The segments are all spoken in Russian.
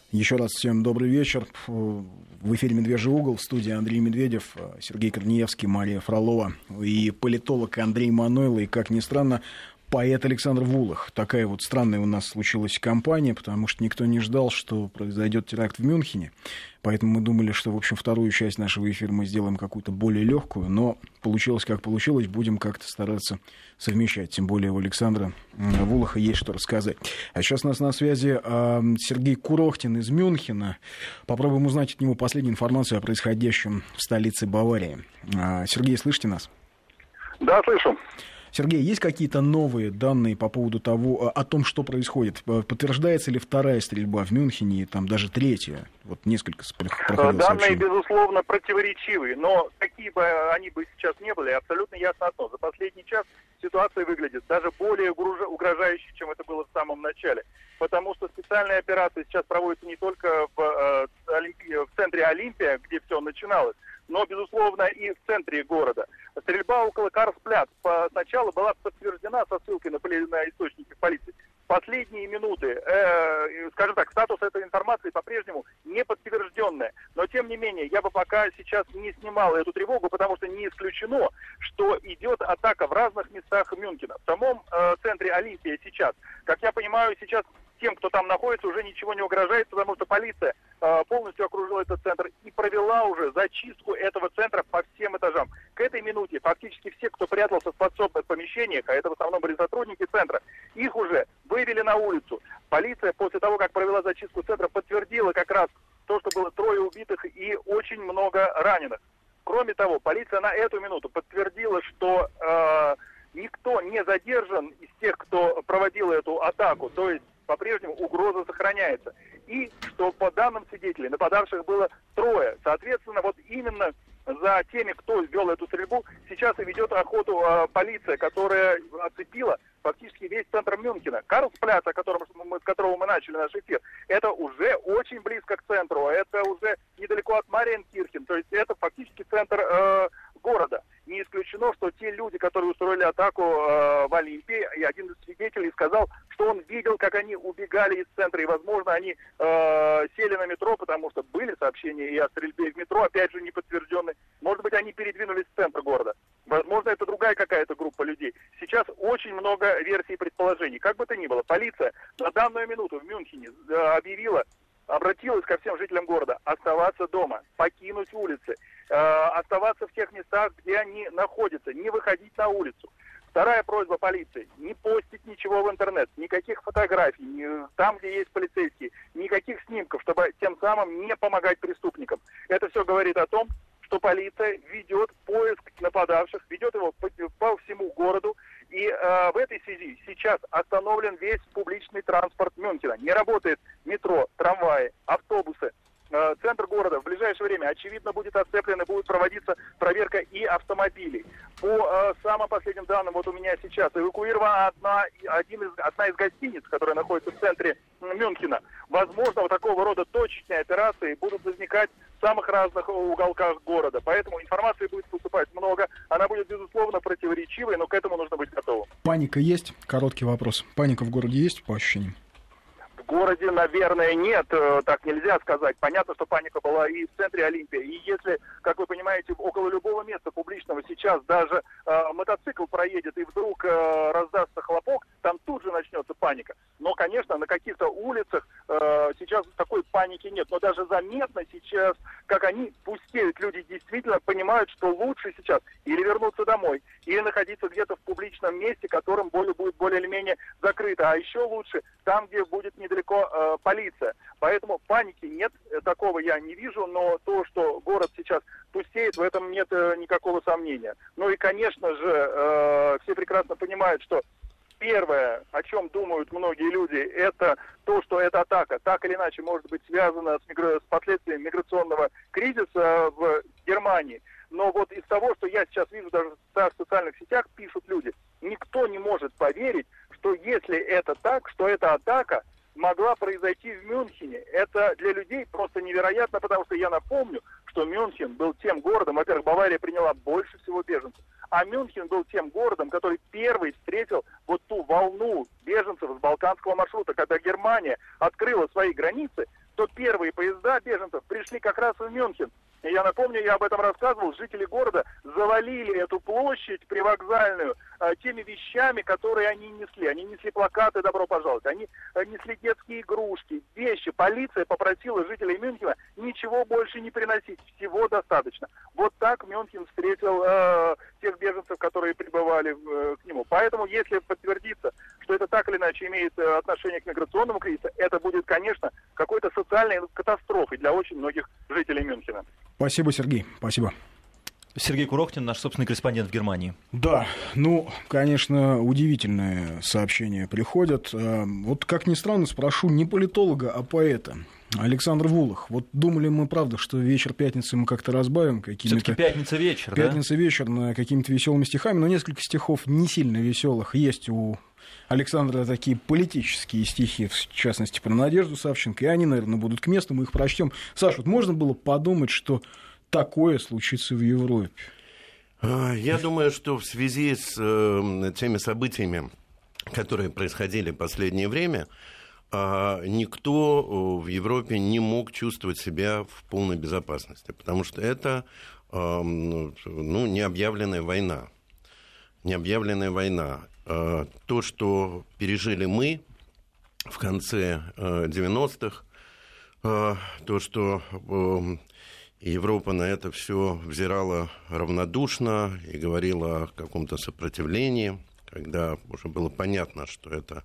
Еще раз всем добрый вечер. В эфире «Медвежий угол», в студии Андрей Медведев, Сергей Корнеевский, Мария Фролова и политолог Андрей Манойло, и, как ни странно, поэт Александр Вулах. Такая вот странная у нас случилась кампания, потому что никто не ждал, что произойдет теракт в Мюнхене. Поэтому мы думали, что, в общем, вторую часть нашего эфира мы сделаем какую-то более легкую, но получилось как получилось, будем как-то стараться совмещать. Тем более у Александра Вулаха есть что рассказать. А сейчас у нас на связи Сергей Курохтин из Мюнхена. Попробуем узнать от него последнюю информацию о происходящем в столице Баварии. Сергей, слышите нас? Да, слышу. Сергей, есть какие-то новые данные по поводу того, о том, что происходит? Подтверждается ли вторая стрельба в Мюнхене и там даже третья? Вот несколько проходило Данные, сообщений. безусловно, противоречивые, но какие бы они бы сейчас не были, абсолютно ясно одно. За последний час ситуация выглядит даже более угрожающей, чем это было в самом начале. Потому что специальная операция сейчас проводится не только в центре Олимпия, где все начиналось, но, безусловно, и в центре города. Стрельба около Карлспляц сначала была подтверждена со ссылкой на источники полиции. Последние минуты, скажем так, статус этой информации по-прежнему не подтвержденная. Но, тем не менее, я бы пока сейчас не снимал эту тревогу, потому что не исключено, что идет атака в разных местах Мюнхена. В самом центре Олимпия сейчас, как я понимаю, сейчас тем, кто там находится, уже ничего не угрожает, потому что полиция полностью окружила этот центр и провела уже зачистку этого центра по всем этажам. К этой минуте фактически все, кто прятался в подсобных помещениях, а это в основном были сотрудники центра, их уже вывели на улицу. Полиция после того, как провела зачистку центра, подтвердила как раз то, что было 3 убитых и очень много раненых. Кроме того, полиция на эту минуту подтвердила, что никто не задержан из тех, кто проводил эту атаку, то есть по-прежнему угроза сохраняется. И что по данным свидетелей, нападавших было 3. Соответственно, вот именно за теми, кто вел эту стрельбу, сейчас и ведет охоту полиция, которая оцепила фактически весь центр Мюнхена. Карлспляц, с которого мы начали наш эфир, это уже очень близко к центру, это уже недалеко от Мариенкирхен, то есть это фактически центр города. Не исключено, что те люди, которые устроили атаку в Олимпии, и один из свидетелей сказал, что он видел, как они убегали из центра, и, возможно, они сели на метро, потому что были сообщения и о стрельбе в метро, опять же, не подтвержденные. Может быть, они передвинулись в центр города. Возможно, это другая какая-то группа людей. Сейчас очень много версий и предположений. Как бы то ни было, полиция на данную минуту в Мюнхене обратилась ко всем жителям города оставаться дома, покинуть улицы, оставаться в тех местах, где они находятся, не выходить на улицу. Вторая просьба полиции: не постить ничего в интернет, никаких фотографий, там, где есть полицейские, никаких снимков, чтобы тем самым не помогать преступникам. Это все говорит о том, что полиция ведет поиск нападавших, ведет его по всему городу. И в этой связи сейчас остановлен весь публичный транспорт Мюнхена. Не работает метро, трамваи, автобусы. Центр города в ближайшее время, очевидно, будет оцеплен и будет проводиться проверка и автомобилей. По самым последним данным, вот у меня сейчас эвакуирована одна из гостиниц, которая находится в центре Мюнхена. Возможно, вот такого рода точечные операции будут возникать в самых разных уголках города. Поэтому информации будет поступать много. Она будет, безусловно, противоречивой, но к этому нужно быть готовым. Паника есть? Короткий вопрос. Паника в городе есть, по ощущениям? В городе, наверное, нет, так нельзя сказать. Понятно, что паника была и в центре Олимпии. И если, как вы понимаете, около любого места публичного сейчас даже мотоцикл проедет и вдруг раздастся хлопок, там тут же начнется паника. Но, конечно, на каких-то улицах сейчас такой паники нет. Но даже заметно сейчас, как они пустеют. Люди действительно понимают, что лучше сейчас или вернуться домой, или находиться где-то в публичном месте, которым будет более или менее закрыто. А еще лучше там, где будет недалеко полиция. Поэтому паники нет, такого я не вижу, но то, что город сейчас пустеет, в этом нет никакого сомнения. Ну и, конечно же, все прекрасно понимают, что первое, о чем думают многие люди, это то, что эта атака так или иначе может быть связана с последствиями миграционного кризиса в Германии. Но вот из того, что я сейчас вижу, даже в социальных сетях пишут люди, никто не может поверить, что если это так, что эта атака могла произойти в Мюнхене. Это для людей просто невероятно, потому что я напомню, что Мюнхен был тем городом, во-первых, Бавария приняла больше всего беженцев, А Мюнхен был тем городом, который первый встретил вот ту волну беженцев с балканского маршрута. Когда Германия открыла свои границы, то первые поезда беженцев пришли как раз в Мюнхен. И я напомню, я об этом рассказывал, жители города завалили эту площадь привокзальную теми вещами, которые они несли. Они несли плакаты «Добро пожаловать», они несли детские игрушки, вещи. Полиция попросила жителей Мюнхена ничего больше не приносить, всего достаточно. Вот так Мюнхен встретил тех беженцев, которые прибывали к нему. Поэтому, если подтвердится, что это так или иначе имеет отношение к миграционному кризису, это будет, конечно, какой-то социальной катастрофой для очень многих жителей Мюнхена. Спасибо, Сергей. Спасибо. Сергей Курохтин, наш собственный корреспондент в Германии. Да, ну, конечно, удивительные сообщения приходят. Вот, как ни странно, спрошу не политолога, а поэта. Александр Вулах. Вот думали мы, правда, что вечер пятницы мы как-то разбавим какими-то... Все-таки пятница вечер, Пятница вечер какими-то веселыми стихами, но несколько стихов не сильно веселых есть у Александра, такие политические стихи, в частности, про Надежду Савченко, и они, наверное, будут к месту, мы их прочтем. Саша, вот можно было подумать, что такое случится в Европе? Я думаю, что в связи с теми событиями, которые происходили в последнее время, никто в Европе не мог чувствовать себя в полной безопасности, потому что это необъявленная война. Необъявленная война. То, что пережили мы в конце 90-х, то, что Европа на это все взирала равнодушно и говорила о каком-то сопротивлении, когда уже было понятно, что это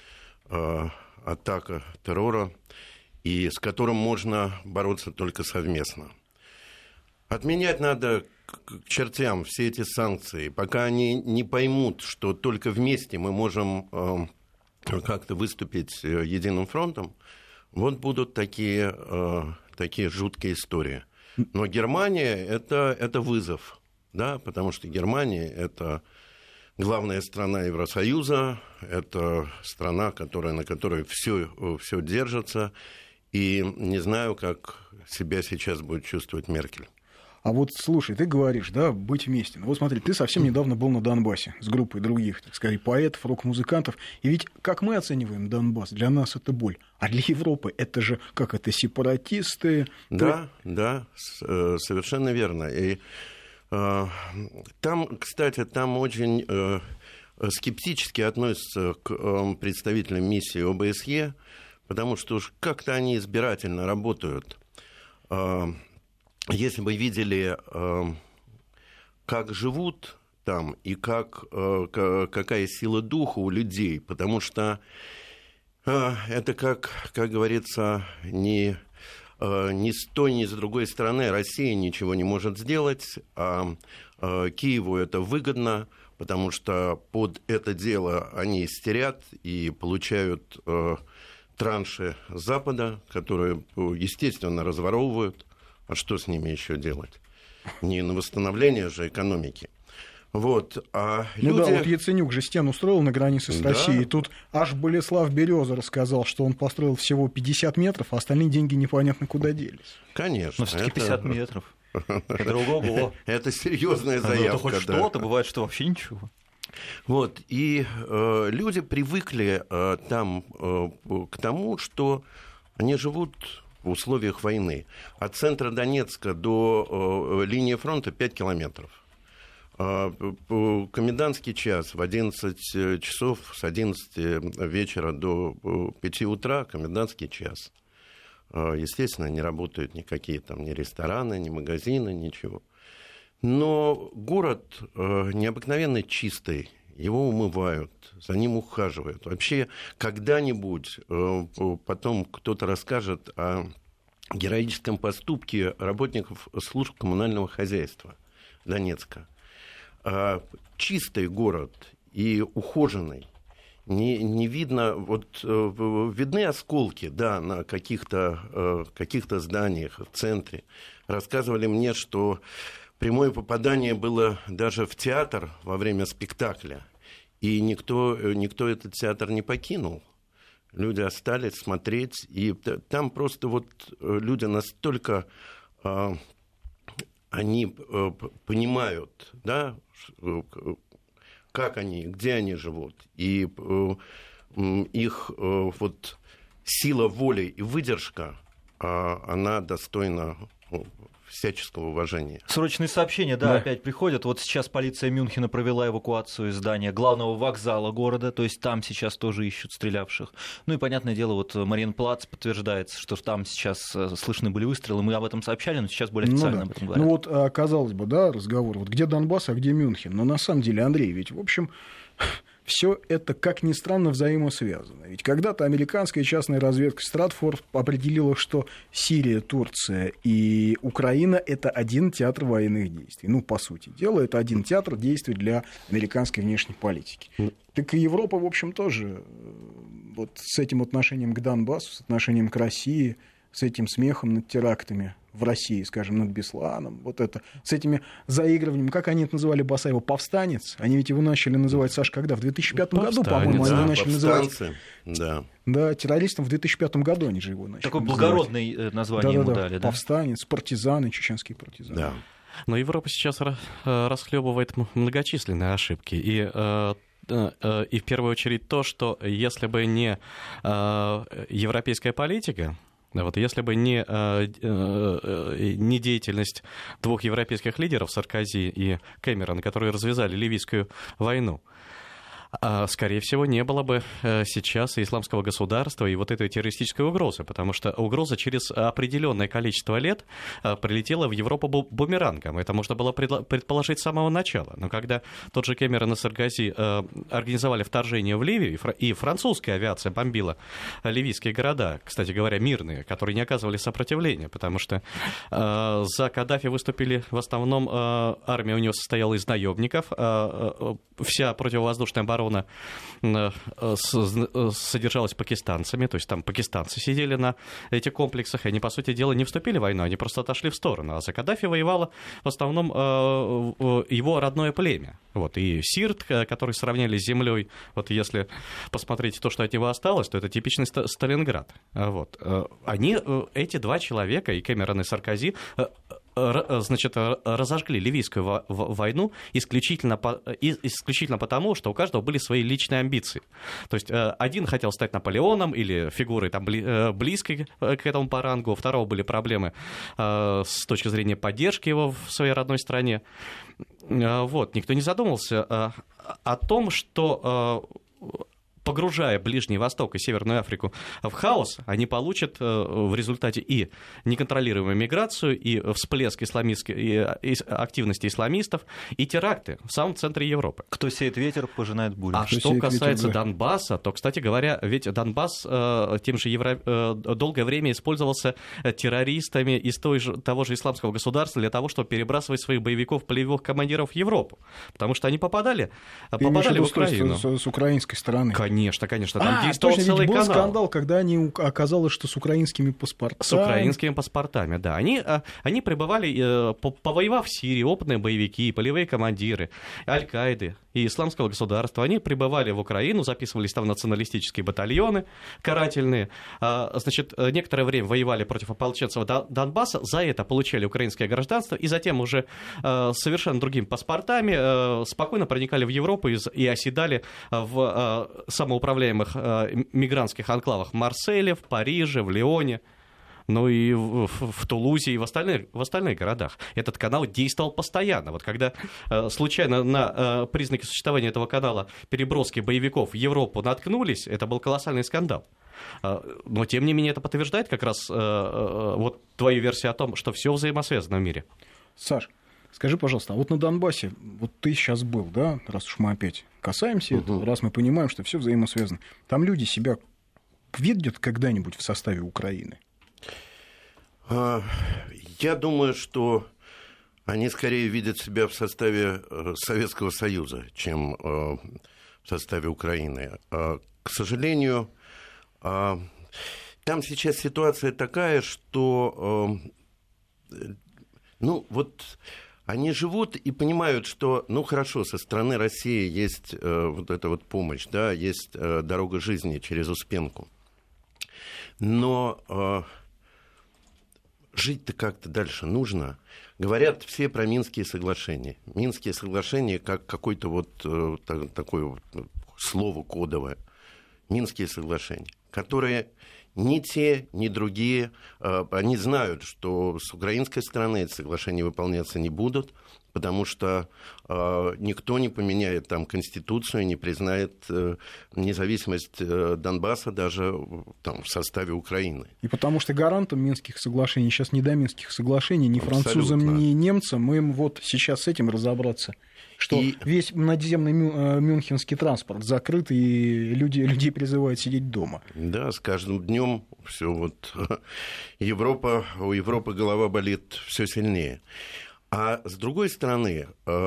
атака террора, и с которым можно бороться только совместно. Отменять надо к чертям все эти санкции, пока они не поймут, что только вместе мы можем как-то выступить единым фронтом, вот будут такие жуткие истории. Но Германия – это вызов, да, потому что Германия – это главная страна Евросоюза, это страна, на которой все держится, и не знаю, как себя сейчас будет чувствовать Меркель. А вот, слушай, ты говоришь, да, быть вместе. Ну вот смотри, ты совсем недавно был на Донбассе с группой других, так сказать, поэтов, рок-музыкантов. И ведь как мы оцениваем Донбасс? Для нас это боль. А для Европы это же, как это, сепаратисты? Да, совершенно верно. И там, кстати, очень скептически относятся к представителям миссии ОБСЕ, потому что уж как-то они избирательно работают. Если бы видели, как живут там и какая сила духа у людей, потому что это, как говорится, ни с той, ни с другой стороны Россия ничего не может сделать, а Киеву это выгодно, потому что под это дело они истерят и получают транши Запада, которые, естественно, разворовывают. А что с ними еще делать? Не на восстановление же экономики. Вот, люди... да, вот Яценюк же стену строил на границе с Россией. И тут аж Болеслав Береза рассказал, что он построил всего 50 метров, а остальные деньги непонятно куда делись. Конечно. Но все-таки 50 метров. Это ого-го. Это серьезная заявка. Это хоть что-то, бывает, что вообще ничего. Вот, и люди привыкли там к тому, что они живут в условиях войны. От центра Донецка до линии фронта 5 километров. Комендантский час в 11 часов, с 11 вечера до 5 утра комендантский час. Естественно, не работают никакие там ни рестораны, ни магазины, ничего. Но город необыкновенно чистый. Его умывают, за ним ухаживают. Вообще, когда-нибудь потом кто-то расскажет о героическом поступке работников служб коммунального хозяйства Донецка. Чистый город и ухоженный. Не видно, вот видны осколки, да, на каких-то зданиях в центре. Рассказывали мне, что прямое попадание было даже в театр во время спектакля, и никто этот театр не покинул. Люди остались смотреть, и там просто вот люди настолько они понимают, да, как они, где они живут, и их вот сила воли и выдержка, она достойна всяческого уважения. Срочные сообщения, да, опять приходят. Вот сейчас полиция Мюнхена провела эвакуацию из здания главного вокзала города, то есть там сейчас тоже ищут стрелявших. Ну и, понятное дело, вот Мариенплац подтверждается, что там сейчас слышны были выстрелы. Мы об этом сообщали, но сейчас более официально об этом говорят. Ну вот, казалось бы, да, разговор, вот где Донбасс, а где Мюнхен? Но на самом деле, Андрей, ведь, в общем, все это, как ни странно, взаимосвязано. Ведь когда-то американская частная разведка Стратфорд определила, что Сирия, Турция и Украина – это один театр военных действий. Ну, по сути дела, это один театр действий для американской внешней политики. Так и Европа, в общем, тоже вот с этим отношением к Донбассу, с отношением к России, с этим смехом над терактами в России, скажем, над Бесланом, вот это, с этими заигрываниями, как они это называли, Басаева, повстанец, они ведь его начали называть, Саш, когда? В 2005 году, по-моему, они его начали называть. Да, террористом в 2005 году они же его начали Такое называть. благородное название ему дали, да? Повстанец, партизаны, чеченские партизаны. Да. Но Европа сейчас расхлебывает многочисленные ошибки, и в первую очередь то, что если бы не европейская политика, вот, если бы не деятельность двух европейских лидеров, Саркози и Кэмерона, которые развязали ливийскую войну, скорее всего, не было бы сейчас и исламского государства, и вот этой террористической угрозы, потому что угроза через определенное количество лет прилетела в Европу бумерангом. Это можно было предположить с самого начала. Но когда тот же Кэмерон и Саркози организовали вторжение в Ливию, и французская авиация бомбила ливийские города, кстати говоря, мирные, которые не оказывали сопротивления, потому что за Каддафи выступили в основном, армия у него состояла из наемников, вся противовоздушная оборона содержалась пакистанцами, то есть там пакистанцы сидели на этих комплексах, и они, по сути дела, не вступили в войну, они просто отошли в сторону. А за Каддафи воевало в основном его родное племя. Вот, и Сирт, который сравняли с землей, вот если посмотреть то, что от него осталось, то это типичный Сталинград. Вот. Они, эти два человека, и Кэмерон, и Саркози, значит, разожгли ливийскую войну исключительно потому, что у каждого были свои личные амбиции. То есть один хотел стать Наполеоном или фигурой там, близкой к этому по рангу, у второго были проблемы с точки зрения поддержки его в своей родной стране. Вот. Никто не задумывался о том, что погружая Ближний Восток и Северную Африку в хаос, они получат в результате и неконтролируемую миграцию, и всплеск активности исламистов, и теракты в самом центре Европы. Кто сеет ветер, пожинает бурю. А что касается Донбасса, то, кстати говоря, ведь Донбасс тем же долгое время использовался террористами из того же исламского государства для того, чтобы перебрасывать своих боевиков, полевых командиров в Европу. Потому что они попадали в Украину. С украинской стороны. Конечно. Там действовал целый канал. Был скандал, когда оказалось, что с украинскими паспортами. С украинскими паспортами, да. Они пребывали, повоевав в Сирии, опытные боевики, полевые командиры Аль-Каиды и Исламского государства. Они прибывали в Украину, записывались там в националистические батальоны карательные. Значит, некоторое время воевали против ополченцев Донбасса, за это получали украинское гражданство, и затем уже совершенно другими паспортами спокойно проникали в Европу и оседали в самоуправляемых мигрантских анклавах в Марселе, в Париже, в Лионе, ну и в Тулузе, и в остальных городах. Этот канал действовал постоянно. Вот когда случайно на признаки существования этого канала переброски боевиков в Европу наткнулись, это был колоссальный скандал. Но, тем не менее, это подтверждает как раз вот твою версию о том, что все взаимосвязано в мире. Саш, скажи, пожалуйста, а вот на Донбассе, вот ты сейчас был, да, раз уж мы опять касаемся этого, раз мы понимаем, что все взаимосвязано, там люди себя видят когда-нибудь в составе Украины? Я думаю, что они скорее видят себя в составе Советского Союза, чем в составе Украины. К сожалению, там сейчас ситуация такая, что они живут и понимают, что, хорошо, со стороны России есть вот эта вот помощь, да, есть дорога жизни через Успенку. Но жить-то как-то дальше нужно. Говорят все про Минские соглашения. Минские соглашения как какое-то вот такое вот слово кодовое. Минские соглашения, которые ни те, ни другие, они знают, что с украинской стороны эти соглашения выполняться не будут, потому что никто не поменяет там Конституцию, не признает независимость Донбасса даже там, в составе Украины. И потому что гарантом Минских соглашений сейчас не до Минских соглашений, ни французам, ни немцам. Им вот сейчас с этим разобраться. Что весь надземный мюнхенский транспорт закрыт, и людей призывают сидеть дома. Да, с каждым днем все вот у Европы голова болит все сильнее. А с другой стороны,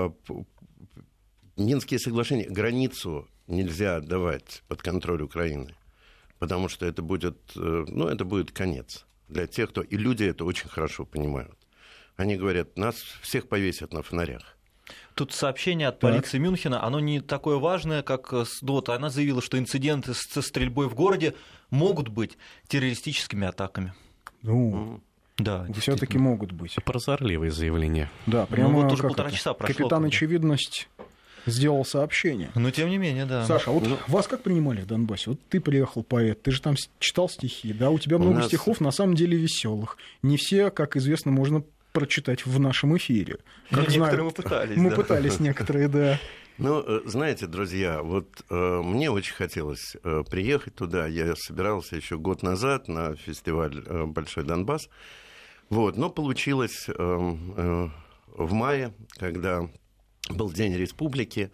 Минские соглашения, границу нельзя отдавать под контроль Украины, потому что это будет конец для тех, кто... И люди это очень хорошо понимают. Они говорят, нас всех повесят на фонарях. Тут сообщение от полиции Мюнхена, оно не такое важное, как... Вот, она заявила, что инциденты со стрельбой в городе могут быть террористическими атаками. Да, все-таки могут быть. Прозорливые заявления. Да, прямо вот уже полтора часа прошло. Капитан Очевидность сделал сообщение. Но тем не менее, да. Саша, вот вас как принимали в Донбассе? Вот ты приехал поэт, ты же там читал стихи, да? У тебя много стихов на самом деле веселых. Не все, как известно, можно прочитать в нашем эфире. Как некоторые мы пытались. Мы пытались некоторые, да. Ну, знаете, друзья, вот мне очень хотелось приехать туда. Я собирался еще год назад на фестиваль «Большой Донбасс». Вот, но получилось в мае, когда был День Республики.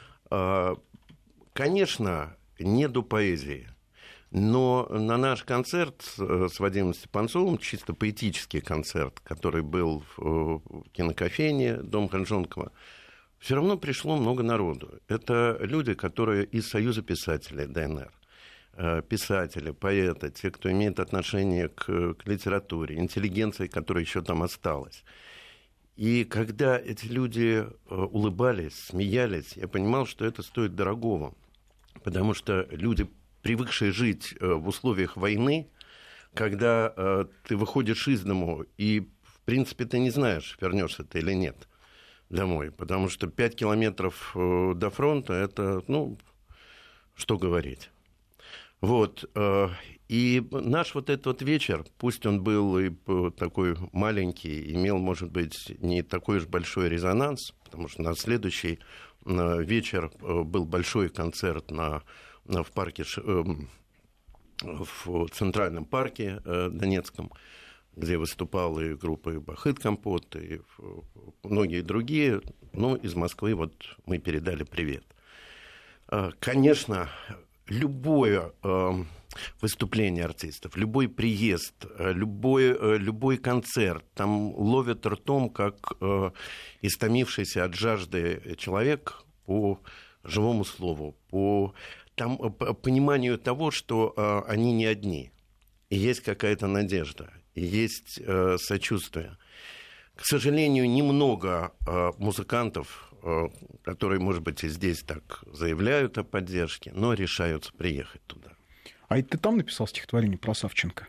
Конечно, не до поэзии. Но на наш концерт с Вадимом Степанцовым, чисто поэтический концерт, который был в кинокафене Дом Ханжонкова, все равно пришло много народу. Это люди, которые из Союза писателей ДНР, писатели, поэты, те, кто имеет отношение к литературе, интеллигенции, которая еще там осталась. И когда эти люди улыбались, смеялись, я понимал, что это стоит дорогого, потому что люди, привыкшие жить в условиях войны, когда ты выходишь из дому, и, в принципе, ты не знаешь, вернешься ты или нет домой, потому что 5 километров до фронта, это, что говорить. Вот, и наш вот этот вот вечер, пусть он был и такой маленький, имел, может быть, не такой уж большой резонанс, потому что на следующий вечер был большой концерт в парке, в Центральном парке Донецком, где выступала и группа Бахыт Компот, и многие другие. Из Москвы вот мы передали привет. Конечно, любое выступление артистов, любой приезд, любой концерт, там ловят ртом, как истомившийся от жажды человек по живому слову, по пониманию того, что они не одни, и есть какая-то надежда, и есть сочувствие. К сожалению, немного музыкантов, которые, может быть, и здесь так заявляют о поддержке, но решаются приехать туда. А ты там написал стихотворение про Савченко?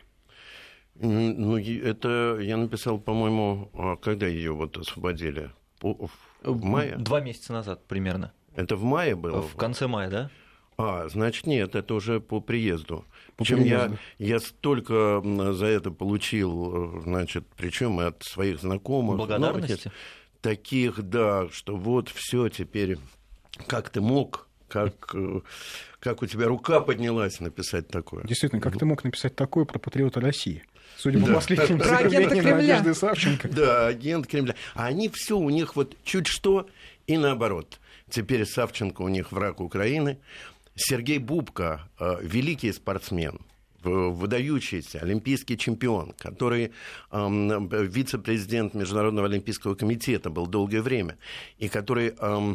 Это я написал, по-моему, когда ее вот освободили? В мае? 2 месяца назад примерно. Это в мае было? В конце мая, да? Значит, нет, это уже по приезду. Причем я столько за это получил, причем и от своих знакомых. Благодарности? Таких, да, что вот все теперь, как ты мог, как у тебя рука поднялась написать такое. Действительно, как ты мог написать такое про патриота России? Судя по последним заявлениям Надежды Савченко. Да, агент Кремля. А они все у них вот чуть что и наоборот. Теперь Савченко у них враг Украины. Сергей Бубка, великий спортсмен, выдающийся олимпийский чемпион, который вице-президент Международного олимпийского комитета был долгое время, и который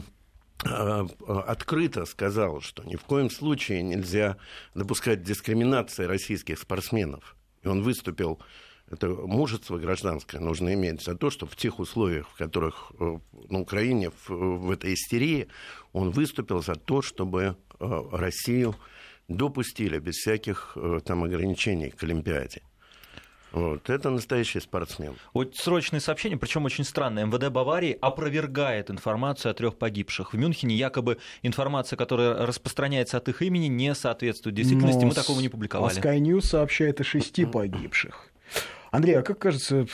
открыто сказал, что ни в коем случае нельзя допускать дискриминации российских спортсменов. И он выступил, это мужество гражданское нужно иметь за то, что в тех условиях, в которых на Украине, в этой истерии, он выступил за то, чтобы Россию допустили без всяких там ограничений к Олимпиаде. Вот, это настоящий спортсмен. Вот срочное сообщение, причем очень странное. МВД Баварии опровергает информацию о 3 погибших. В Мюнхене якобы информация, которая распространяется от их имени, не соответствует действительности. Мы такого не публиковали. Sky News сообщает о 6 погибших. Андрей, а как кажется,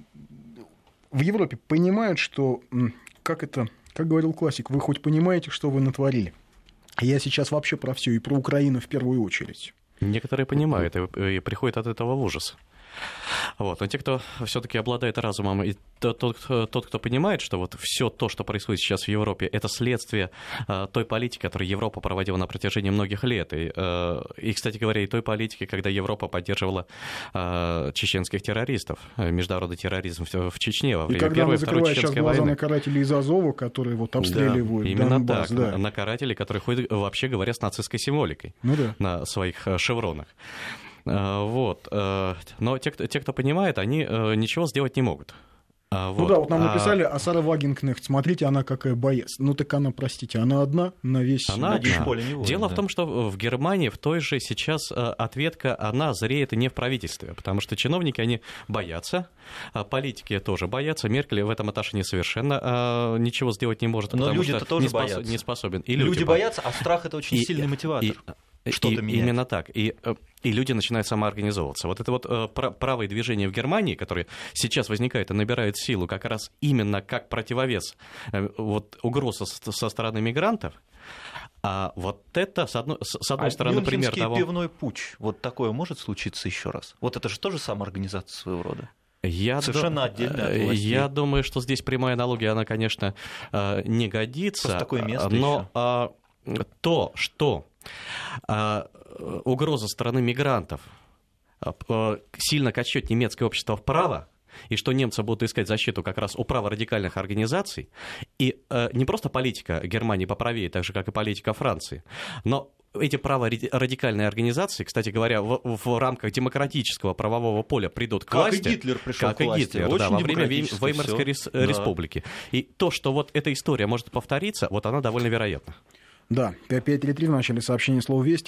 в Европе понимают, что, как говорил классик, вы хоть понимаете, что вы натворили? Я сейчас вообще про все, и про Украину в первую очередь. Некоторые понимают и приходят от этого в ужас. Вот. Но те, кто все-таки обладает разумом, и тот, кто понимает, что вот все то, что происходит сейчас в Европе, это следствие той политики, которую Европа проводила на протяжении многих лет. И, кстати говоря, и той политики, когда Европа поддерживала чеченских террористов, международный терроризм в Чечне во время Первой и Второй Чеченской войны. И когда мы закрываем сейчас глаза на карателей из Азова, которые вот обстреливают Донбасс. Именно так, на карателей, которые ходят, вообще говоря, с нацистской символикой на своих шевронах. Вот. Но те, кто понимает, они ничего сделать не могут. Вот. Ну да, вот нам написали, а Сара Вагенкнехт, смотрите, она какая боец. Ну так она, простите, она одна на весь... Она одна. Дело в том, что в Германии в той же сейчас ответка, она зреет и не в правительстве, потому что чиновники, они боятся, политики тоже боятся, Меркель в этом отношении совершенно ничего сделать не может, потому люди-то что тоже не способен. И люди боятся, а страх — это очень сильный мотиватор. Что-то менять. Именно так. И люди начинают самоорганизовываться. Вот это вот правые движения в Германии, которые сейчас возникают и набирают силу как раз именно как противовес вот, угрозы со стороны мигрантов, а вот это, с одной стороны, пример того... пивной путч, вот такое может случиться еще раз? Вот это же тоже самоорганизация своего рода? Совершенно отдельно от властей. Я думаю, что здесь прямая аналогия, она, конечно, не годится. Просто такое место но то, что угроза со стороны мигрантов сильно качет немецкое общество вправо, и что немцы будут искать защиту как раз у праворадикальных организаций, и не просто политика Германии поправее, так же, как и политика Франции, но эти праворадикальные организации, кстати говоря, в рамках демократического правового поля придут к власти. Как и Гитлер пришел к власти. Гитлер, да, во время Веймарской республики. И то, что вот эта история может повториться, вот она довольно вероятна. Да, 5533 в начале сообщения слово «Вести»,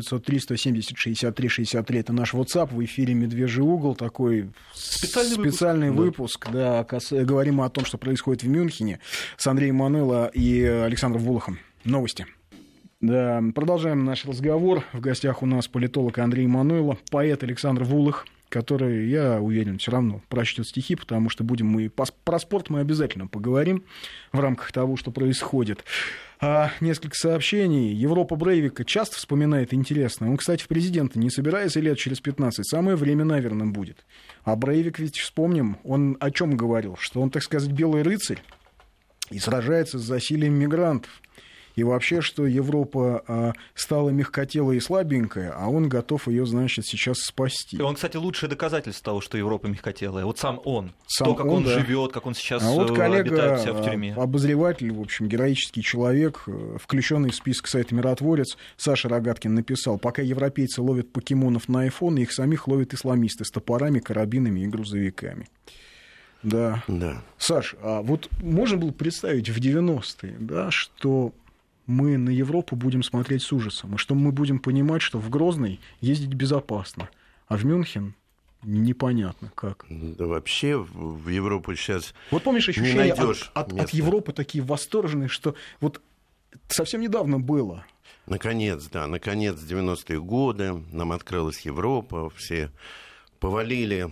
8-903-170-63-63, это наш WhatsApp, в эфире «Медвежий угол», такой специальный выпуск, да, говорим о том, что происходит в Мюнхене с Андреем Мануйло и Александром Вулахом. Новости. Да, продолжаем наш разговор. В гостях у нас политолог Андрей Мануйло, поэт Александр Вулах, который, я уверен, все равно прочтет стихи, потому что будем мы про спорт мы обязательно поговорим в рамках того, что происходит. Несколько сообщений. Европа Брейвика часто вспоминает интересно. Он, кстати, в президенты не собирается лет через 15. Самое время, наверное, будет. А Брейвик, ведь вспомним, он о чем говорил? Что он, так сказать, белый рыцарь и сражается с засилием мигрантов. И вообще, что Европа стала мягкотелой и слабенькая, а он готов ее, значит, сейчас спасти. И он, кстати, лучшее доказательство того, что Европа мягкотелая. Вот сам он. То, как он живет, как он сейчас обитает у себя в тюрьме. Обозреватель, в общем, героический человек, включенный в список сайта «Миротворец», Саша Рогаткин написал: пока европейцы ловят покемонов на айфон, их самих ловят исламисты с топорами, карабинами и грузовиками. Да. Саш, а вот можно было представить в 90-е, да, что мы на Европу будем смотреть с ужасом, и что мы будем понимать, что в Грозный ездить безопасно, а в Мюнхен непонятно как. Да вообще в Европу сейчас вот помнишь ощущение от Европы такие восторженные, что вот совсем недавно было. Наконец, 90-е годы, нам открылась Европа, все повалили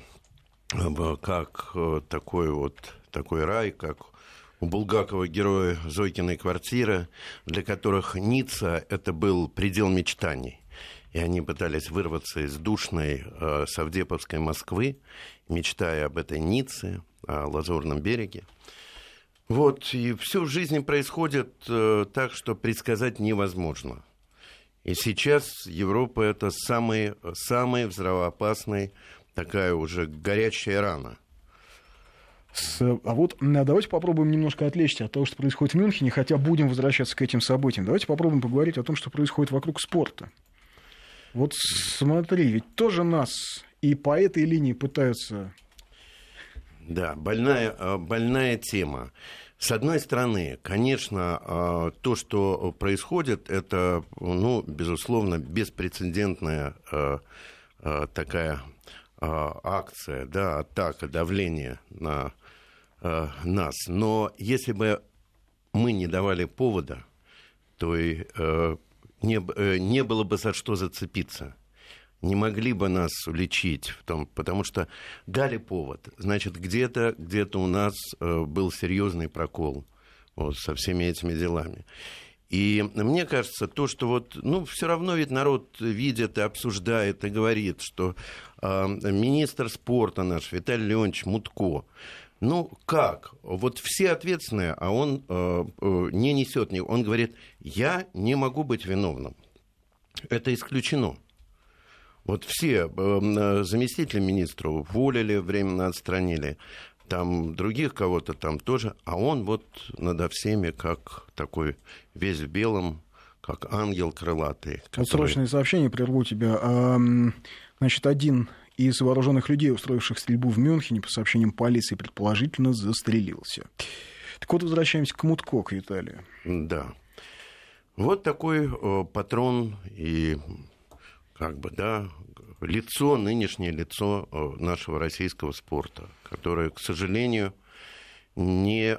как такой рай, как у Булгакова героя Зойкиной квартиры, для которых Ницца — это был предел мечтаний. И они пытались вырваться из душной совдеповской Москвы, мечтая об этой Ницце, о Лазурном береге. Вот, и все в жизни происходит так, что предсказать невозможно. И сейчас Европа — это самый взрывоопасный, такая уже горячая рана. А вот давайте попробуем немножко отвлечься от того, что происходит в Мюнхене, хотя будем возвращаться к этим событиям. Давайте попробуем поговорить о том, что происходит вокруг спорта. Вот смотри, ведь тоже нас и по этой линии пытаются... Да, больная тема. С одной стороны, конечно, то, что происходит, это, безусловно, беспрецедентная такая акция, да, атака, давление на нас. Но если бы мы не давали повода, то и не было бы за что зацепиться. Не могли бы нас уличить в том, потому что дали повод. Значит, где-то у нас был серьезный прокол вот, со всеми этими делами. И мне кажется, то, что вот, все равно ведь народ видит и обсуждает и говорит, что министр спорта наш Виталий Леонидович Мутко, как? Вот все ответственные, а он не несет. Он говорит, я не могу быть виновным. Это исключено. Вот все заместители министра уволили, временно отстранили, там других кого-то там тоже, а он вот надо всеми как такой весь в белом, как ангел крылатый. Который... Вот срочное сообщение, прерву тебя. Значит, один из вооруженных людей, устроивших стрельбу в Мюнхене, по сообщениям полиции, предположительно застрелился. Так вот, возвращаемся к Мутко, к Виталию. Да. Вот такой патрон и нынешнее лицо нашего российского спорта, которое, к сожалению, не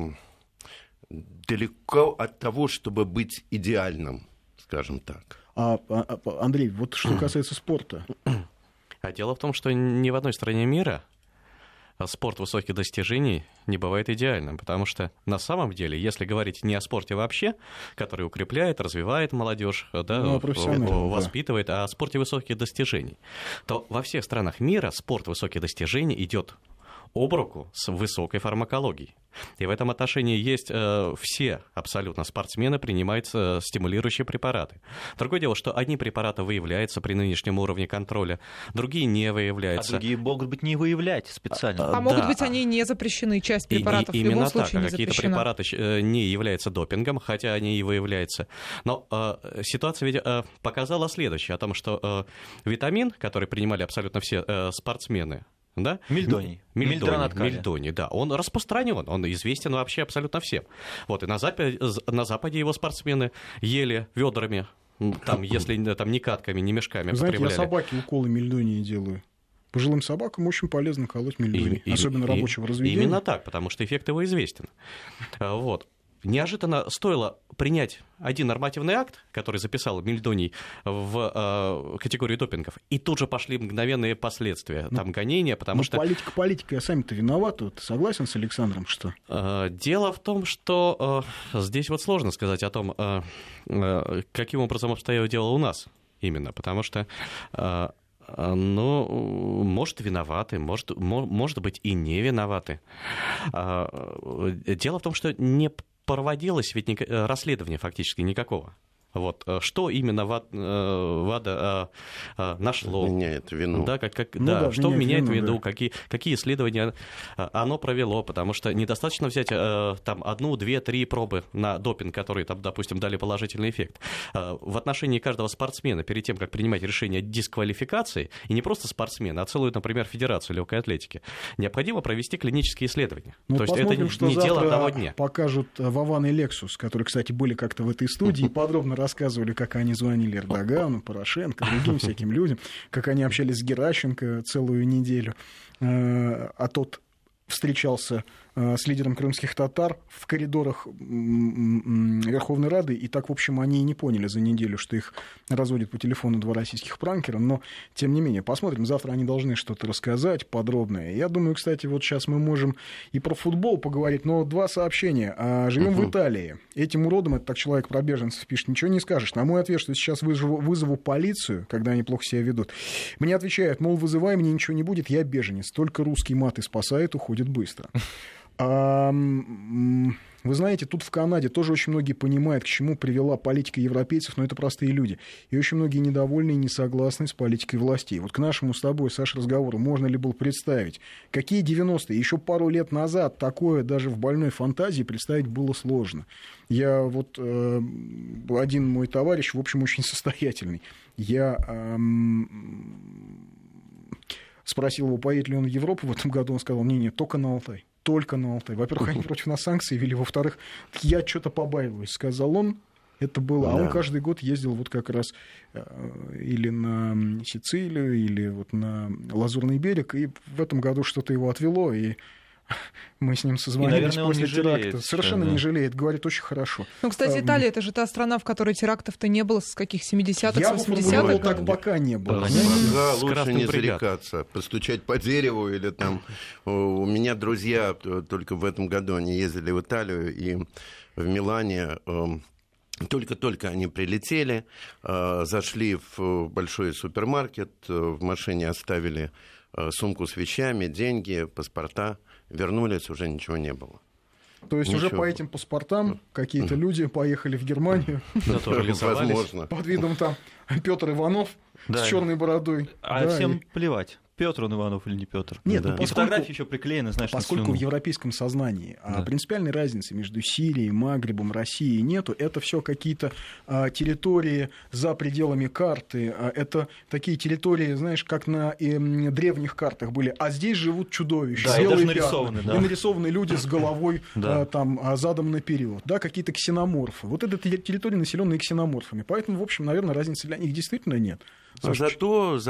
далеко от того, чтобы быть идеальным, скажем так. Андрей, вот что касается спорта. А дело в том, что ни в одной стране мира спорт высоких достижений не бывает идеальным, потому что на самом деле, если говорить не о спорте вообще, который укрепляет, развивает молодежь, воспитывает, а о спорте высоких достижений, то во всех странах мира спорт высоких достижений идет об руку с высокой фармакологией. И в этом отношении есть все абсолютно спортсмены принимают стимулирующие препараты. Другое дело, что одни препараты выявляются при нынешнем уровне контроля, другие не выявляются. А другие могут быть не выявлять специально. Могут быть они не запрещены, часть препаратов в любом случае не запрещена. Какие-то препараты не являются допингом, хотя они и выявляются. Но ситуация ведь показала следующее, о том, что витамин, который принимали абсолютно все спортсмены, да? Мельдоний, да. Он распространен, он известен вообще абсолютно всем. Вот, и на Западе его спортсмены ели ведрами, там, если там, не катками, не мешками потребляли. Знаете, я собаке уколы мельдонии делаю. Пожилым собакам очень полезно колоть мельдоний, особенно рабочего разведения. Именно так, потому что эффект его известен. Вот. Неожиданно стоило принять один нормативный акт, который записал мельдоний в категорию допингов, и тут же пошли мгновенные последствия, там гонения, потому что... Политика, я сами-то виноват, ты согласен с Александром, что? Дело в том, что здесь вот сложно сказать о том, каким образом обстояло дело у нас именно, потому что... может, виноваты, может быть, и не виноваты. Дело в том, что не проводилось ведь расследования фактически никакого. Вот, что именно ВАДА нашло? Меняет вину. Да, что меняет вину, какие исследования оно провело, потому что недостаточно взять там 1, 2, 3 пробы на допинг, которые, там, допустим, дали положительный эффект. В отношении каждого спортсмена, перед тем, как принимать решение о дисквалификации, и не просто спортсмена, а целую, например, Федерацию легкой атлетики, необходимо провести клинические исследования. То есть это не дело одного дня. Покажут Вован и Лексус, которые, кстати, были как-то в этой студии, подробно рассказывали, как они звонили Эрдогану, Порошенко, другим всяким людям, как они общались с Геращенко целую неделю, а тот встречался с лидером крымских татар в коридорах Верховной Рады, и так, в общем, они и не поняли за неделю, что их разводят по телефону 2 российских пранкера, но, тем не менее, посмотрим, завтра они должны что-то рассказать подробное. Я думаю, кстати, вот сейчас мы можем и про футбол поговорить, но 2 сообщения. Живем в Италии. Этим уродом, это так человек про беженцев пишет, ничего не скажешь. На мой ответ, что сейчас вызову полицию, когда они плохо себя ведут, мне отвечают, мол, вызывай, мне ничего не будет, я беженец, только русский мат и спасает, уходит быстро. Вы знаете, тут в Канаде тоже очень многие понимают, к чему привела политика европейцев, но это простые люди. И очень многие недовольны и не согласны с политикой властей. Вот к нашему с тобой, Саша, разговору можно ли было представить, какие 90-е, еще пару лет назад такое даже в больной фантазии представить было сложно. Я вот, один мой товарищ, в общем, очень состоятельный, я... спросил его, поедет ли он в Европу в этом году, он сказал, нет, только на Алтай. Только на Алтай. Во-первых, они против нас санкции ввели, во-вторых, я что-то побаиваюсь, сказал он. Это было. А он каждый год ездил вот как раз или на Сицилию, или вот на Лазурный берег, и в этом году что-то его отвело, и мы с ним созвонились после теракта. Совершенно не жалеет, говорит, очень хорошо. Ну, кстати, Италия — это же та страна, в которой терактов-то не было с каких 70-х, я с 80-х? Так пока не было. Пока лучше не зарекаться, постучать по дереву или там... У меня друзья только в этом году, они ездили в Италию, и в Милане... Только-только они прилетели, зашли в большой супермаркет, в машине оставили сумку с вещами, деньги, паспорта. Вернулись, уже ничего не было. То есть уже по этим паспортам какие-то люди поехали в Германию. Возможно. Под видом там Петр Иванов с черной бородой. А всем плевать. Петр он Иванов или не Петр? Нет, и фотографии еще приклеены, знаешь, поскольку в европейском сознании принципиальной разницы между Сирией, Магрибом, Россией нету, это все какие-то территории за пределами карты, это такие территории, знаешь, как на древних картах были, а здесь живут чудовища, и даже нарисованы, и нарисованы люди с головой там задом наперед, какие-то ксеноморфы. Вот это территории, населенные ксеноморфами, поэтому, в общем, наверное, разницы для них действительно нет. Зато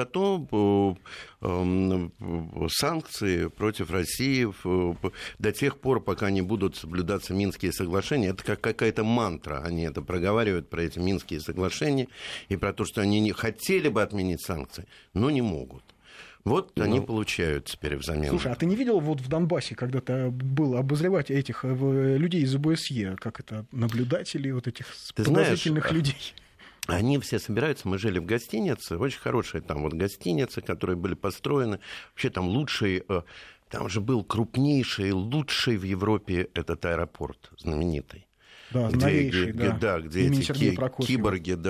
санкции против России до тех пор, пока не будут соблюдаться Минские соглашения, это как какая-то мантра. Они это проговаривают про эти Минские соглашения и про то, что они не хотели бы отменить санкции, но не могут. Вот они получают теперь взамен. Слушай, а ты не видел вот в Донбассе, когда ты был обозревать этих людей из ОБСЕ, как это, наблюдателей вот этих подозрительных людей? Они все собираются, мы жили в гостинице, очень хорошие там вот гостиницы, которые были построены, вообще там лучший, там же был крупнейший, лучший в Европе этот аэропорт знаменитый. Да, новейший, где эти киборги,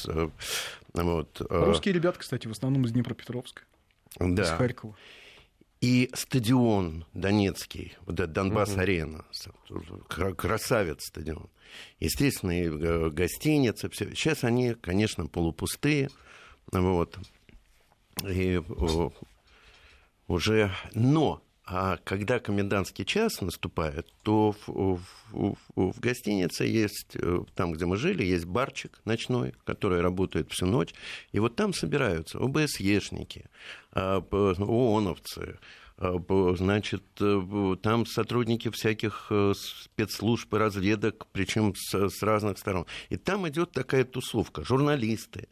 вот. Русские ребята, кстати, в основном из Днепропетровска, из Харькова. И стадион донецкий, вот этот Донбасс-арена, красавец стадион. Естественно, и гостиницы, все. Сейчас они, конечно, полупустые, вот. И уже... Но, когда комендантский час наступает, то в гостинице есть, там, где мы жили, есть барчик ночной, который работает всю ночь, и вот там собираются ОБСЕшники, ООНовцы, значит, там сотрудники всяких спецслужб и разведок, причем с разных сторон. И там идет такая тусовка, журналисты.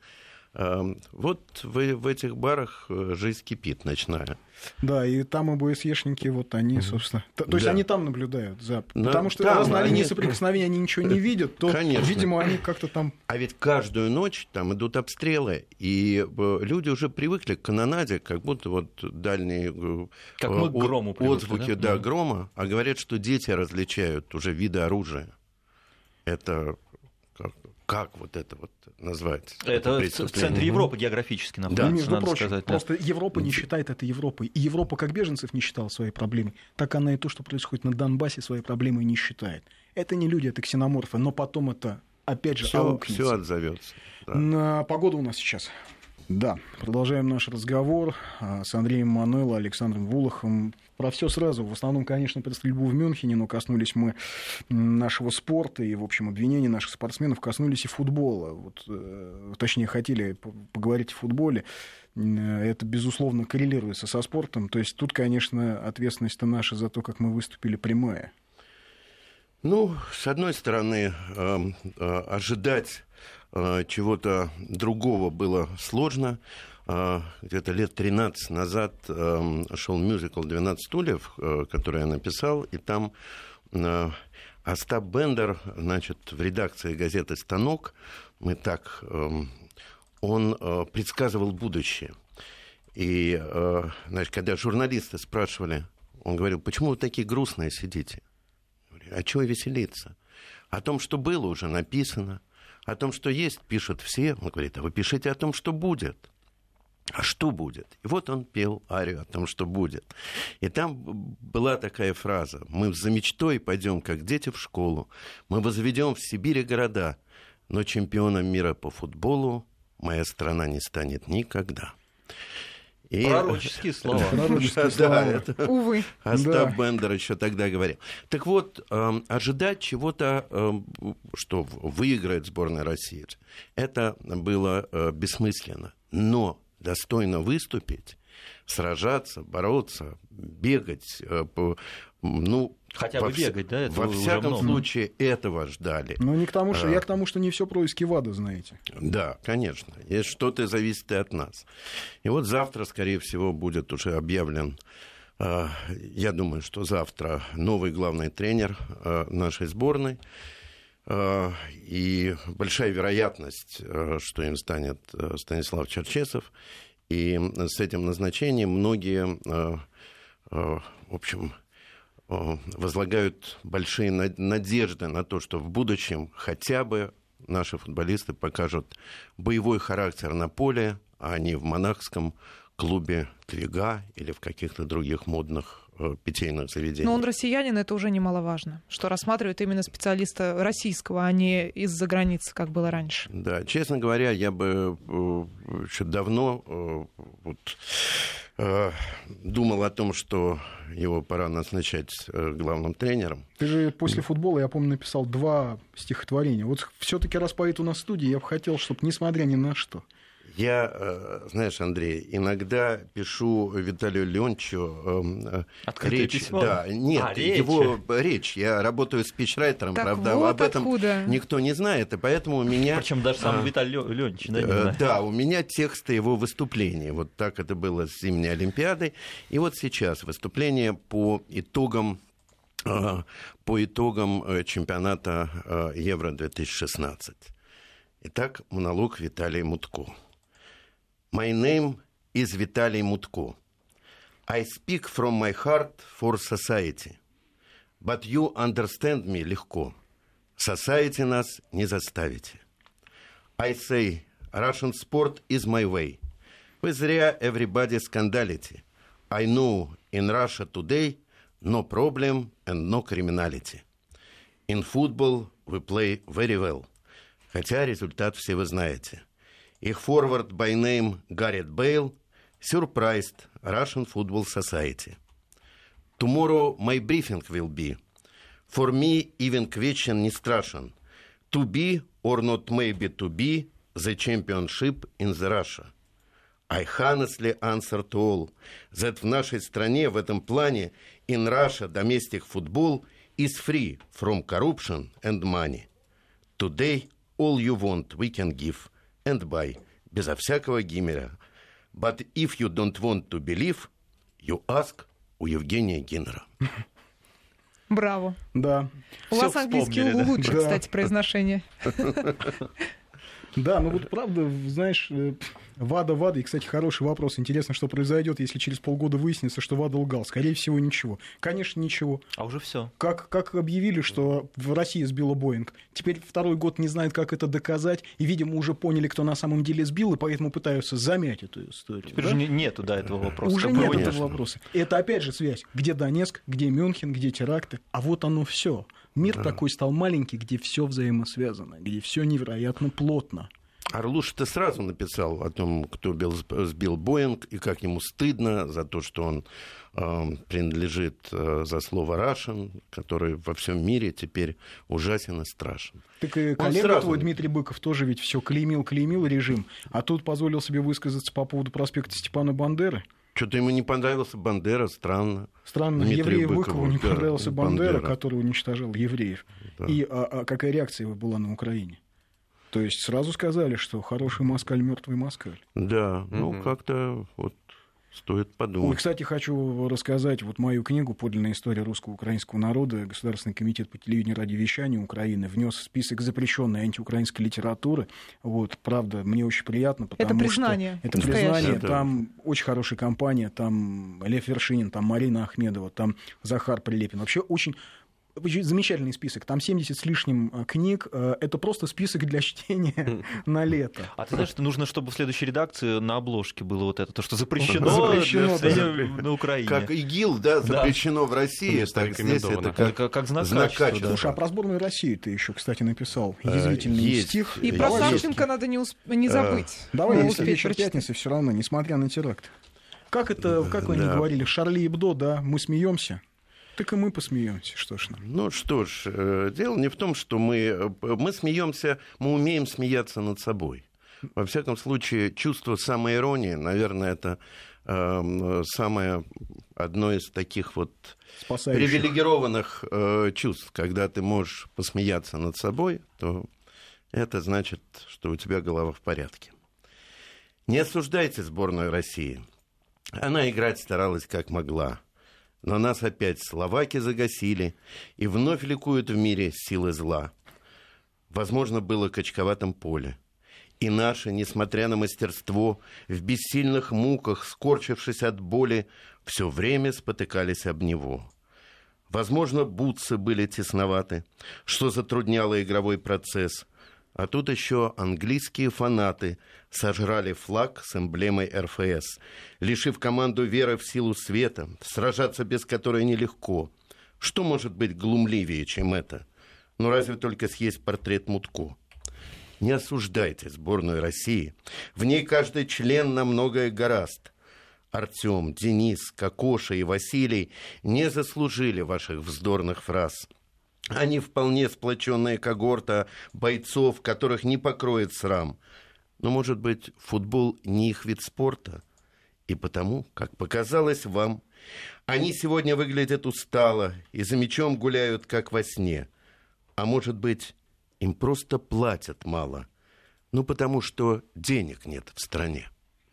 Вот в этих барах жизнь кипит ночная. Да, и там ОБСЕшники, вот они, собственно... То есть они там наблюдают, потому что там, раз на линии соприкосновения они ничего не видят, то, видимо, они как-то там... А ведь каждую ночь там идут обстрелы, и люди уже привыкли к канонаде, как будто вот дальние как мы к грому отзвуки грома, а говорят, что дети различают уже виды оружия. Это... Как вот это вот назвать? Это в центре Европы географически находится, между прочим, сказать. Просто Европа не считает это Европой. И Европа как беженцев не считала своей проблемой, так она и то, что происходит на Донбассе, своей проблемой не считает. Это не люди, это ксеноморфы, но потом это, опять же, аукнется. Все отзовется. На погоду у нас сейчас. Да, продолжаем наш разговор с Андреем Мануйло, Александром Вулахом. Про все сразу. В основном, конечно, про стрельбу в Мюнхене, но коснулись мы нашего спорта и, в общем, обвинений наших спортсменов, коснулись и футбола. Вот, точнее, хотели поговорить о футболе. Это, безусловно, коррелируется со спортом. То есть тут, конечно, ответственность-то наша за то, как мы выступили, прямая. Ну, с одной стороны, ожидать чего-то другого было сложно. Где-то лет 13 назад шел мюзикл «12 стульев», который я написал, и там Остап Бендер, значит, в редакции газеты «Станок», он предсказывал будущее. И, значит, когда журналисты спрашивали, он говорил: почему вы такие грустные сидите? Я говорю: а чего веселиться? О том, что было, уже написано. О том, что есть, пишут все. Он говорит: а вы пишите о том, что будет. А что будет? И вот он пел арию о том, что будет. И там была такая фраза: мы за мечтой пойдем, как дети, в школу. Мы возведем в Сибири города, но чемпионом мира по футболу моя страна не станет никогда. Пророческие слова. Увы. Остап Бендер еще тогда говорил. Так вот, ожидать чего-то, что выиграет сборная России, это было бессмысленно. Но достойно выступить, сражаться, бороться, бегать, хотя бы бегать, да? Во всяком случае, этого ждали. Но не к тому, что я к тому, что не все про эскиваду, знаете. Да, конечно. Есть что-то зависит и от нас. И вот завтра, скорее всего, будет уже объявлен, я думаю, что завтра новый главный тренер нашей сборной. И большая вероятность, что им станет Станислав Черчесов. И с этим назначением многие, в общем, возлагают большие надежды на то, что в будущем хотя бы наши футболисты покажут боевой характер на поле, а не в монахском клубе Твига или в каких-то других модных питейных заведениях. Но он россиянин, это уже немаловажно, что рассматривают именно специалиста российского, а не из-за границы, как было раньше. Да, честно говоря, я бы еще давно думал о том, что его пора назначать главным тренером. Ты же после футбола, я помню, написал 2 стихотворения. Вот все-таки раз поэт у нас в студии, я бы хотел, чтобы, несмотря ни на что... Я, знаешь, Андрей, иногда пишу Виталию Леонтьевичу речь. Письмо? Да, нет, его речь. Я работаю спичрайтером, так правда, вот об этом откуда. никто не знает, и поэтому у меня... Причем даже сам Виталий Леонтьевич, да, не знает. Да, у меня тексты его выступлений. Вот так это было с зимней Олимпиадой. И вот сейчас выступление по итогам чемпионата Евро-2016. Итак, монолог Виталия Мутко. My name is Vitaly Mutko. I speak from my heart for society. But you understand me легко. Society нас не заставите. I say, Russian sport is my way. Вы зря everybody скандалите. I know in Russia today no problem and no criminality. In football we play very well. Хотя результат все вы знаете. Их forward by name Gareth Bale surprised Russian Football Society. Tomorrow my briefing will be. For me even question не страшен. To be or not maybe to be the championship in the Russia. I honestly answer to all that в нашей стране в этом плане in Russia domestic football is free from corruption and money. Today all you want we can give and buy, безо всякого гиммера. But if you don't want to believe, you ask у Евгения Гиннера. Браво. Да. У вас английский лучше, да. Кстати, произношение. Да, ну вот правда, знаешь, ВАДА, и, кстати, хороший вопрос. Интересно, что произойдет, если через полгода выяснится, что ВАДА лгал. Скорее всего, ничего. Конечно, ничего. А уже все. Как объявили, что в России сбила Боинг. Теперь второй год не знают, как это доказать, и, видимо, уже поняли, кто на самом деле сбил, и поэтому пытаются замять эту историю. Теперь же нету этого вопроса. Уже нет этого вопроса. Это опять же связь. Где Донецк, где Мюнхен, где теракты. А вот оно все. Мир такой стал маленький, где все взаимосвязано, где все невероятно плотно. Орлуш-то сразу написал о том, кто сбил Боинг, и как ему стыдно за то, что он принадлежит за слово Russian, который во всем мире теперь ужасен и страшен. Так и коллега твой, Дмитрий Быков, тоже ведь все клеймил режим, а тут позволил себе высказаться по поводу проспекта Степана Бандеры. Что-то ему не понравился Бандера, странно. Странно, еврею Быкову не понравился Бандера, который уничтожал евреев. Да. И какая реакция была на Украине? То есть сразу сказали, что хороший москаль, мертвый москаль. Да, ну как-то вот стоит подумать. Ой, кстати, хочу рассказать вот мою книгу «Подлинная история русско-украинского народа». Государственный комитет по телевидению и радиовещанию Украины внес в список запрещенной антиукраинской литературы. Вот, правда, мне очень приятно, потому это признание. Что... Это признание. Там очень хорошая компания, там Лев Вершинин, там Марина Ахмедова, там Захар Прилепин. Вообще очень замечательный список. Там 70 с лишним книг. Это просто список для чтения на лето. А ты знаешь, что нужно, чтобы в следующей редакции на обложке было вот это, то, что запрещено на Украине. Как ИГИЛ, да, запрещено в России. Так здесь это как знак качества. Слушай, а про сборную России ты еще, кстати, написал язвительный стих. И про Савченко надо не забыть. Давай, если вечер пятницы, все равно, несмотря на теракт. Как они говорили, Шарли Эбдо, да, мы смеемся. Так и мы посмеемся, что ж нам. Ну что ж, дело не в том, что мы смеемся, мы умеем смеяться над собой. Во всяком случае, чувство самоиронии, наверное, это самое одно из таких вот привилегированных чувств. Когда ты можешь посмеяться над собой, то это значит, что у тебя голова в порядке. Не осуждайте сборную России. Она играть старалась как могла. Но нас опять словаки загасили, и вновь ликуют в мире силы зла. Возможно, было качковатом поле. И наши, несмотря на мастерство, в бессильных муках, скорчившись от боли, все время спотыкались об него. Возможно, бутсы были тесноваты, что затрудняло игровой процесс. А тут еще английские фанаты сожрали флаг с эмблемой РФС, лишив команду веры в силу света, сражаться без которой нелегко. Что может быть глумливее, чем это? Ну, разве только съесть портрет Мутко. Не осуждайте сборную России. В ней каждый член на многое горазд. Артем, Денис, Кокоша и Василий не заслужили ваших вздорных фраз. Они вполне сплоченная когорта бойцов, которых не покроет срам. Но, может быть, футбол не их вид спорта? И потому, как показалось вам, они сегодня выглядят устало и за мячом гуляют, как во сне. А может быть, им просто платят мало? Ну, потому что денег нет в стране.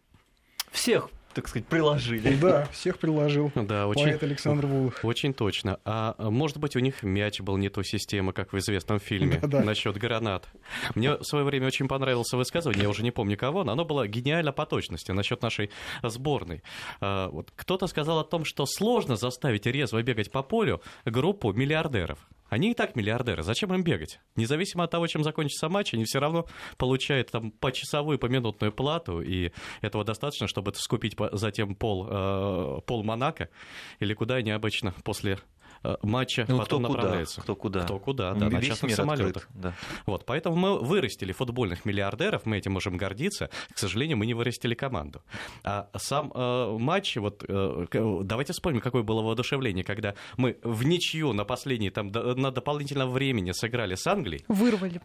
Всех, так сказать, приложили. Да, всех приложил. Да, поэт Александр Вулых. Очень точно. А может быть, у них мяч был не той системы, как в известном фильме насчет гранат. Мне в свое время очень понравилось высказывание, я уже не помню кого, но оно было гениально по точности насчет нашей сборной. Вот кто-то сказал о том, что сложно заставить резво бегать по полю группу миллиардеров. Они и так миллиардеры. Зачем им бегать? Независимо от того, чем закончится матч, они все равно получают там почасовую, поминутную плату, и этого достаточно, чтобы скупить затем пол Монако, или куда они обычно после матча потом направляются. Кто куда, да, на частных самолетах. Да. Вот, поэтому мы вырастили футбольных миллиардеров, мы этим можем гордиться. К сожалению, мы не вырастили команду. А сам матч, вот, давайте вспомним, какое было воодушевление, когда мы в ничью на последней, там, на дополнительном времени сыграли с Англией. Вырвали,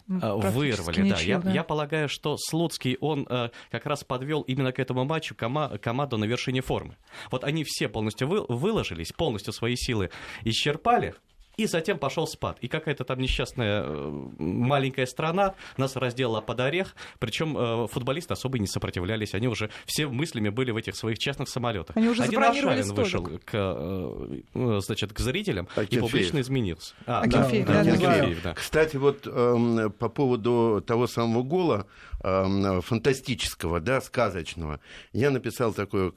ничью, да. Я полагаю, что Слуцкий, он как раз подвел именно к этому матчу команду на вершине формы. Вот они все полностью выложились, полностью свои силы исчерпали, и затем пошел спад. И какая-то там несчастная маленькая страна нас разделала под орех, причем футболисты особо не сопротивлялись, они уже все мыслями были в этих своих частных самолетах. Они уже забронировали столик. Вышел к зрителям и публично изменился. Акинфеев, да. Кстати, вот по поводу того самого гола фантастического, да, сказочного, я написал такое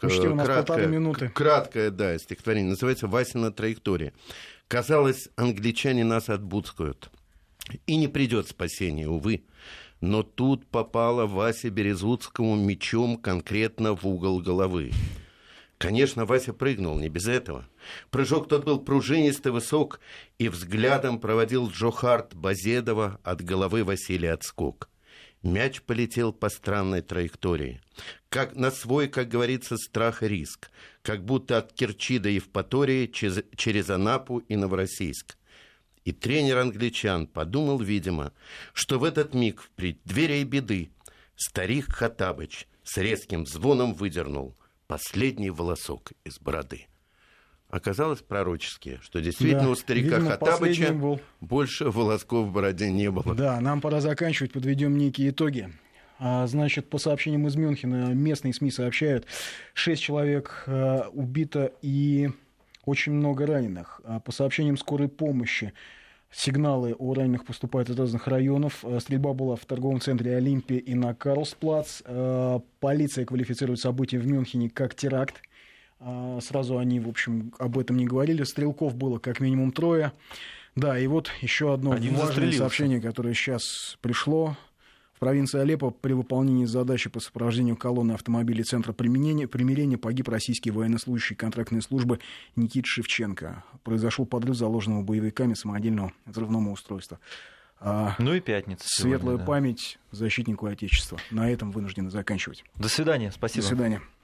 краткое стихотворение, называется «Васина траектория». Казалось, англичане нас отбудскают, и не придет спасения, увы. Но тут попало Васе Березутскому мячом конкретно в угол головы. Конечно, Вася прыгнул, не без этого. Прыжок тот был пружинистый, высок, и взглядом проводил Джо Харт Базедова от головы Василия отскок. Мяч полетел по странной траектории, как на свой, как говорится, страх и риск, как будто от Керчи до Евпатории через Анапу и Новороссийск. И тренер англичан подумал, видимо, что в этот миг в преддверии беды старик Хаттабыч с резким звоном выдернул последний волосок из бороды. Оказалось пророческие, что действительно у старика Хаттабыча больше волосков в бороде не было. Да, нам пора заканчивать, подведем некие итоги. Значит, по сообщениям из Мюнхена, местные СМИ сообщают, 6 человек убито и очень много раненых. По сообщениям скорой помощи, сигналы о раненых поступают из разных районов. Стрельба была в торговом центре «Олимпия» и на Карлсплац. Полиция квалифицирует события в Мюнхене как теракт. Сразу они, в общем, об этом не говорили. Стрелков было как минимум 3. Да, и вот еще одно важное сообщение, которое сейчас пришло. В провинции Алеппо при выполнении задачи по сопровождению колонны автомобилей Центра примирения погиб российский военнослужащий контрактной службы Никита Шевченко. Произошел подрыв заложенного боевиками самодельного взрывного устройства. Ну и пятница. Светлая память защитнику Отечества. На этом вынуждены заканчивать. До свидания. Спасибо. До свидания.